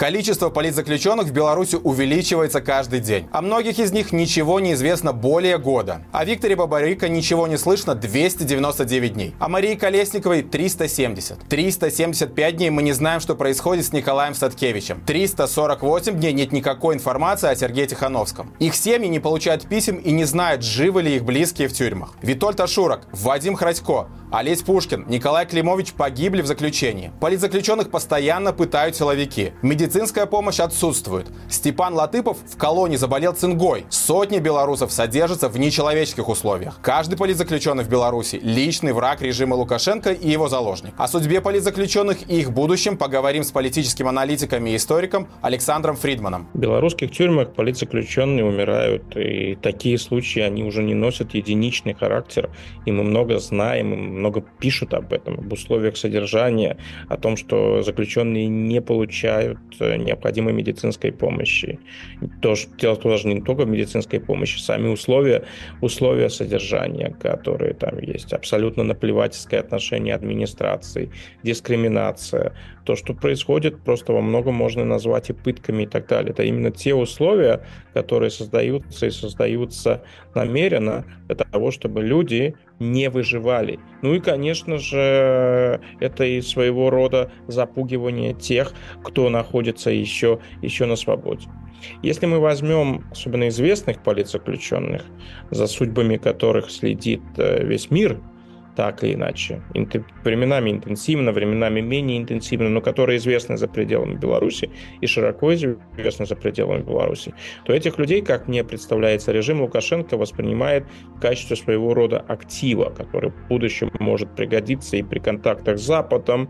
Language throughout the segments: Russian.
Количество политзаключенных в Беларуси увеличивается каждый день. О многих из них ничего не известно более года. О Викторе Бабарико ничего не слышно 299 дней. О Марии Колесниковой 370. 375 дней мы не знаем, что происходит с Николаем Статкевичем. 348 дней нет никакой информации о Сергее Тихановском. Их семьи не получают писем и не знают, живы ли их близкие в тюрьмах. Витольд Ашурок, Вадим Храдько, Олесь Пушкин, Николай Климович погибли в заключении. Политзаключенных постоянно пытают силовики. Медицинская помощь отсутствует. Степан Латыпов в колонии заболел цингой. Сотни белорусов содержатся в нечеловеческих условиях. Каждый политзаключенный в Беларуси – личный враг режима Лукашенко и его заложник. О судьбе политзаключенных и их будущем поговорим с политическим аналитиком и историком Александром Фридманом. В белорусских тюрьмах политзаключенные умирают, и такие случаи, они уже не носят единичный характер. И мы много знаем, и много пишут об этом, об условиях содержания, о том, что заключенные не получают необходимой медицинской помощи. Дело тоже не только в медицинской помощи, сами условия содержания, которые там есть, абсолютно наплевательское отношение администрации, дискриминация. То, что происходит, просто во многом можно назвать и пытками и так далее. Это именно те условия, которые создаются намеренно для того, чтобы люди не выживали. Ну и, конечно же, это и своего рода запугивание тех, кто находится еще на свободе. Если мы возьмем особенно известных политзаключенных, за судьбами которых следит весь мир, так или иначе, временами интенсивно, временами менее интенсивно, но которые известны за пределами Беларуси и широко известны за пределами Беларуси, то этих людей, как мне представляется, режим Лукашенко воспринимает в качестве своего рода актива, который в будущем может пригодиться и при контактах с Западом,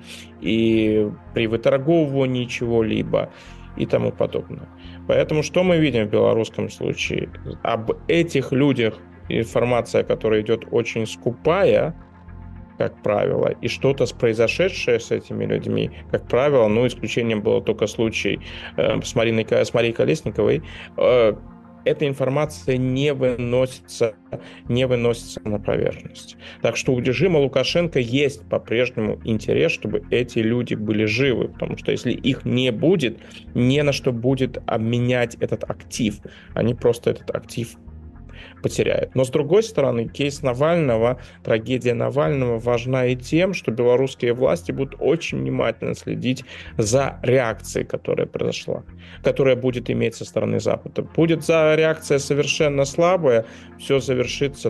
и при выторговывании чего-либо и тому подобное. Поэтому что мы видим в белорусском случае? Об этих людях информация, которая идет очень скупая, как правило, и что-то произошедшее с этими людьми, как правило, исключением было только случай с Марией Колесниковой, эта информация не выносится на поверхность. Так что у режима Лукашенко есть по-прежнему интерес, чтобы эти люди были живы, потому что если их не будет, не на что будет обменять этот актив. Они просто этот актив потеряют. Но, с другой стороны, кейс Навального, трагедия Навального важна и тем, что белорусские власти будут очень внимательно следить за реакцией, которая произошла, которая будет иметь со стороны Запада. Будет реакция совершенно слабая, все завершится,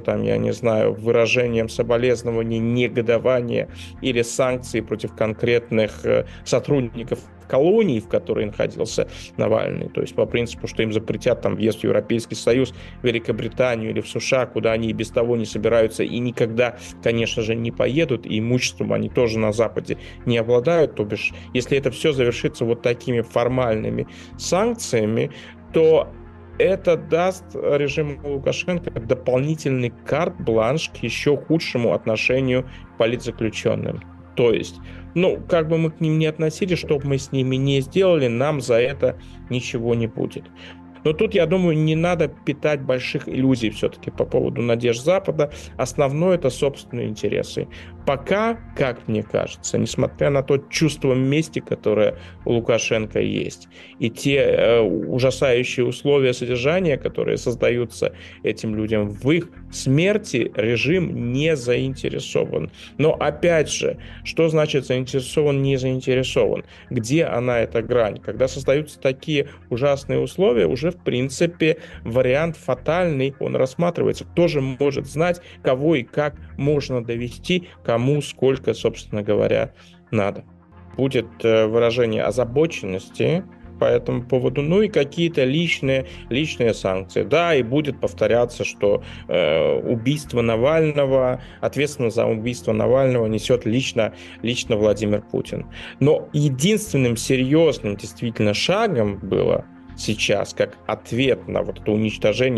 выражением соболезнований, негодования или санкций против конкретных сотрудников колонии, в которой находился Навальный. То есть по принципу, что им запретят въезд в Европейский Союз, Великобританию или в США, куда они и без того не собираются и никогда, конечно же, не поедут, и имуществом они тоже на Западе не обладают. То бишь, если это все завершится вот такими формальными санкциями, то это даст режиму Лукашенко дополнительный карт-бланш к еще худшему отношению к политзаключенным. То есть, как бы мы к ним ни относились, что бы мы с ними не сделали, нам за это ничего не будет. Но тут, я думаю, не надо питать больших иллюзий все-таки по поводу надежд Запада. Основное – это собственные интересы. Пока, как мне кажется, несмотря на то чувство мести, которое у Лукашенко есть, и те ужасающие условия содержания, которые создаются этим людям в их смерти, режим не заинтересован. Но опять же, что значит заинтересован, не заинтересован? Где она, эта грань? Когда создаются такие ужасные условия, уже в принципе вариант фатальный, он рассматривается. Кто же может знать, кого и как можно довести, кому сколько, собственно говоря, надо. Будет выражение озабоченности по этому поводу, и какие-то личные санкции. Да, и будет повторяться, что убийство Навального, ответственность за убийство Навального несет лично Владимир Путин. Но единственным серьезным действительно шагом было сейчас, как ответ на вот это уничтожение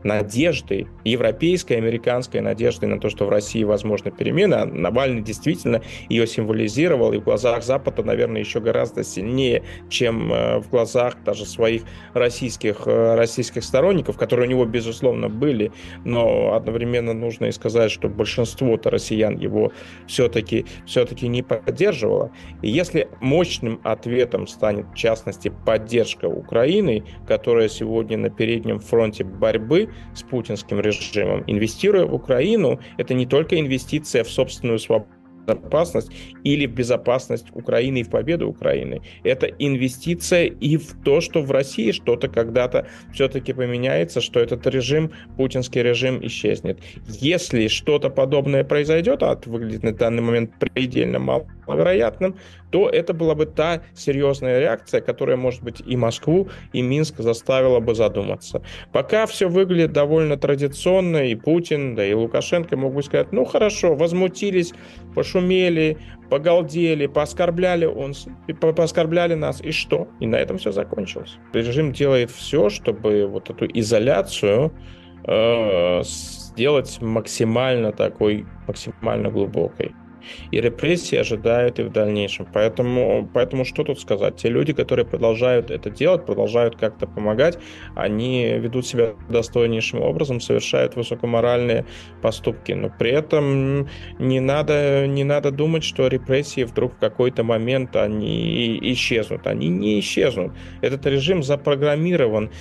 надеждой, европейской, американской надеждой на то, что в России возможны перемены, а Навальный действительно ее символизировал, и в глазах Запада, наверное, еще гораздо сильнее, чем в глазах даже своих российских сторонников, которые у него, безусловно, были, но одновременно нужно и сказать, что большинство-то россиян его все-таки не поддерживало. И если мощным ответом станет, в частности, поддержка Украины, которая сегодня на переднем фронте борьбы с путинским режимом, инвестируя в Украину, это не только инвестиция в собственную свободу, безопасность или в безопасность Украины и в победу Украины. Это инвестиция и в то, что в России что-то когда-то все-таки поменяется, что этот режим, путинский режим, исчезнет. Если что-то подобное произойдет, а это выглядит на данный момент предельно маловероятным, то это была бы та серьезная реакция, которая, может быть, и Москву, и Минск заставила бы задуматься. Пока все выглядит довольно традиционно, и Путин, да и Лукашенко могут сказать, ну хорошо, возмутились, пошумели, погалдели, пооскорбляли нас, и что? И на этом все закончилось. Режим делает все, чтобы вот эту изоляцию сделать максимально глубокой. И репрессии ожидают и в дальнейшем. Поэтому что тут сказать? Те люди, которые продолжают это делать, продолжают как-то помогать, они ведут себя достойнейшим образом, совершают высокоморальные поступки. Но при этом не надо думать, что репрессии вдруг в какой-то момент они исчезнут. Они не исчезнут. Этот режим запрограммирован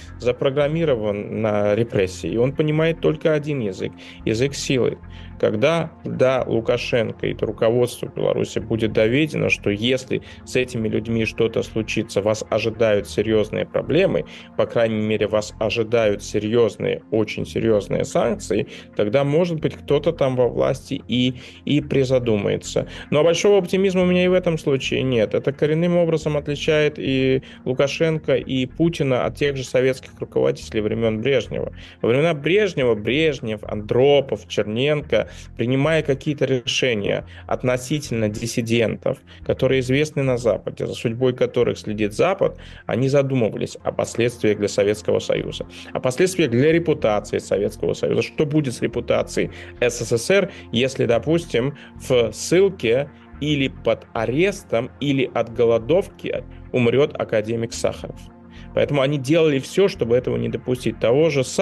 на репрессии. И он понимает только один язык силы. Когда до Лукашенко и до руководства Беларуси будет доведено, что если с этими людьми что-то случится, вас ожидают серьезные проблемы, по крайней мере, вас ожидают очень серьезные санкции, тогда, может быть, кто-то там во власти и призадумается. Но большого оптимизма у меня и в этом случае нет. Это коренным образом отличает и Лукашенко, и Путина от тех же советских руководителей времен Брежнева. Во времена Брежнев, Андропов, Черненко, принимая какие-то решения относительно диссидентов, которые известны на Западе, за судьбой которых следит Запад, они задумывались о последствиях для Советского Союза, о последствиях для репутации Советского Союза. Что будет с репутацией СССР, если, допустим, в ссылке или под арестом, или от голодовки умрет академик Сахаров? Поэтому они делали все, чтобы этого не допустить. Того же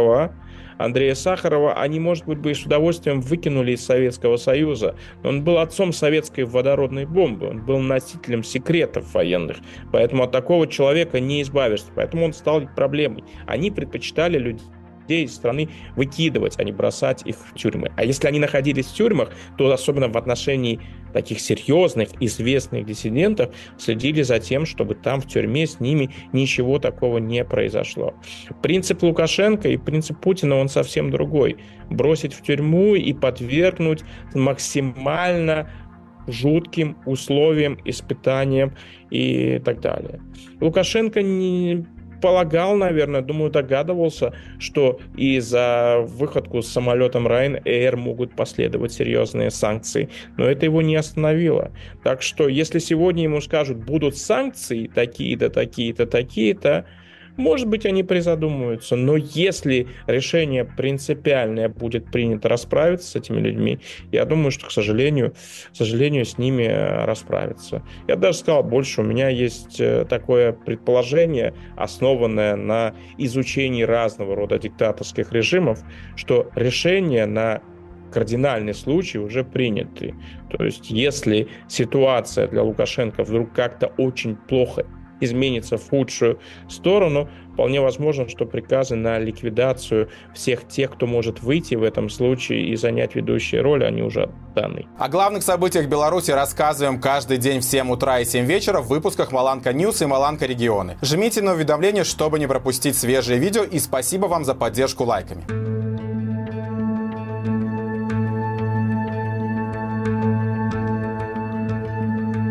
Андрея Сахарова, они, может быть, бы и с удовольствием выкинули из Советского Союза. Но он был отцом советской водородной бомбы, он был носителем секретов военных. Поэтому от такого человека не избавишься. Поэтому он стал проблемой. Они предпочитали людей из страны выкидывать, а не бросать их в тюрьмы. А если они находились в тюрьмах, то особенно в отношении таких серьезных, известных диссидентов следили за тем, чтобы там в тюрьме с ними ничего такого не произошло. Принцип Лукашенко и принцип Путина, он совсем другой. Бросить в тюрьму и подвергнуть максимально жутким условиям, испытаниям и так далее. Лукашенко не полагал, наверное, догадывался, что и за выходку с самолетом Ryanair могут последовать серьезные санкции, но это его не остановило. Так что, если сегодня ему скажут, будут санкции такие-то, такие-то, такие-то, может быть, они призадумаются, но если решение принципиальное будет принято расправиться с этими людьми, я думаю, что, к сожалению, с ними расправиться. Я даже сказал больше, у меня есть такое предположение, основанное на изучении разного рода диктаторских режимов, что решение на кардинальный случай уже приняты. То есть, если ситуация для Лукашенко вдруг как-то очень плохо изменится в худшую сторону, вполне возможно, что приказы на ликвидацию всех тех, кто может выйти в этом случае и занять ведущие роли, они уже даны. О главных событиях Беларуси рассказываем каждый день в 7 утра и 7 вечера в выпусках Маланка Ньюс и Маланка Регионы. Жмите на уведомления, чтобы не пропустить свежие видео, и спасибо вам за поддержку лайками.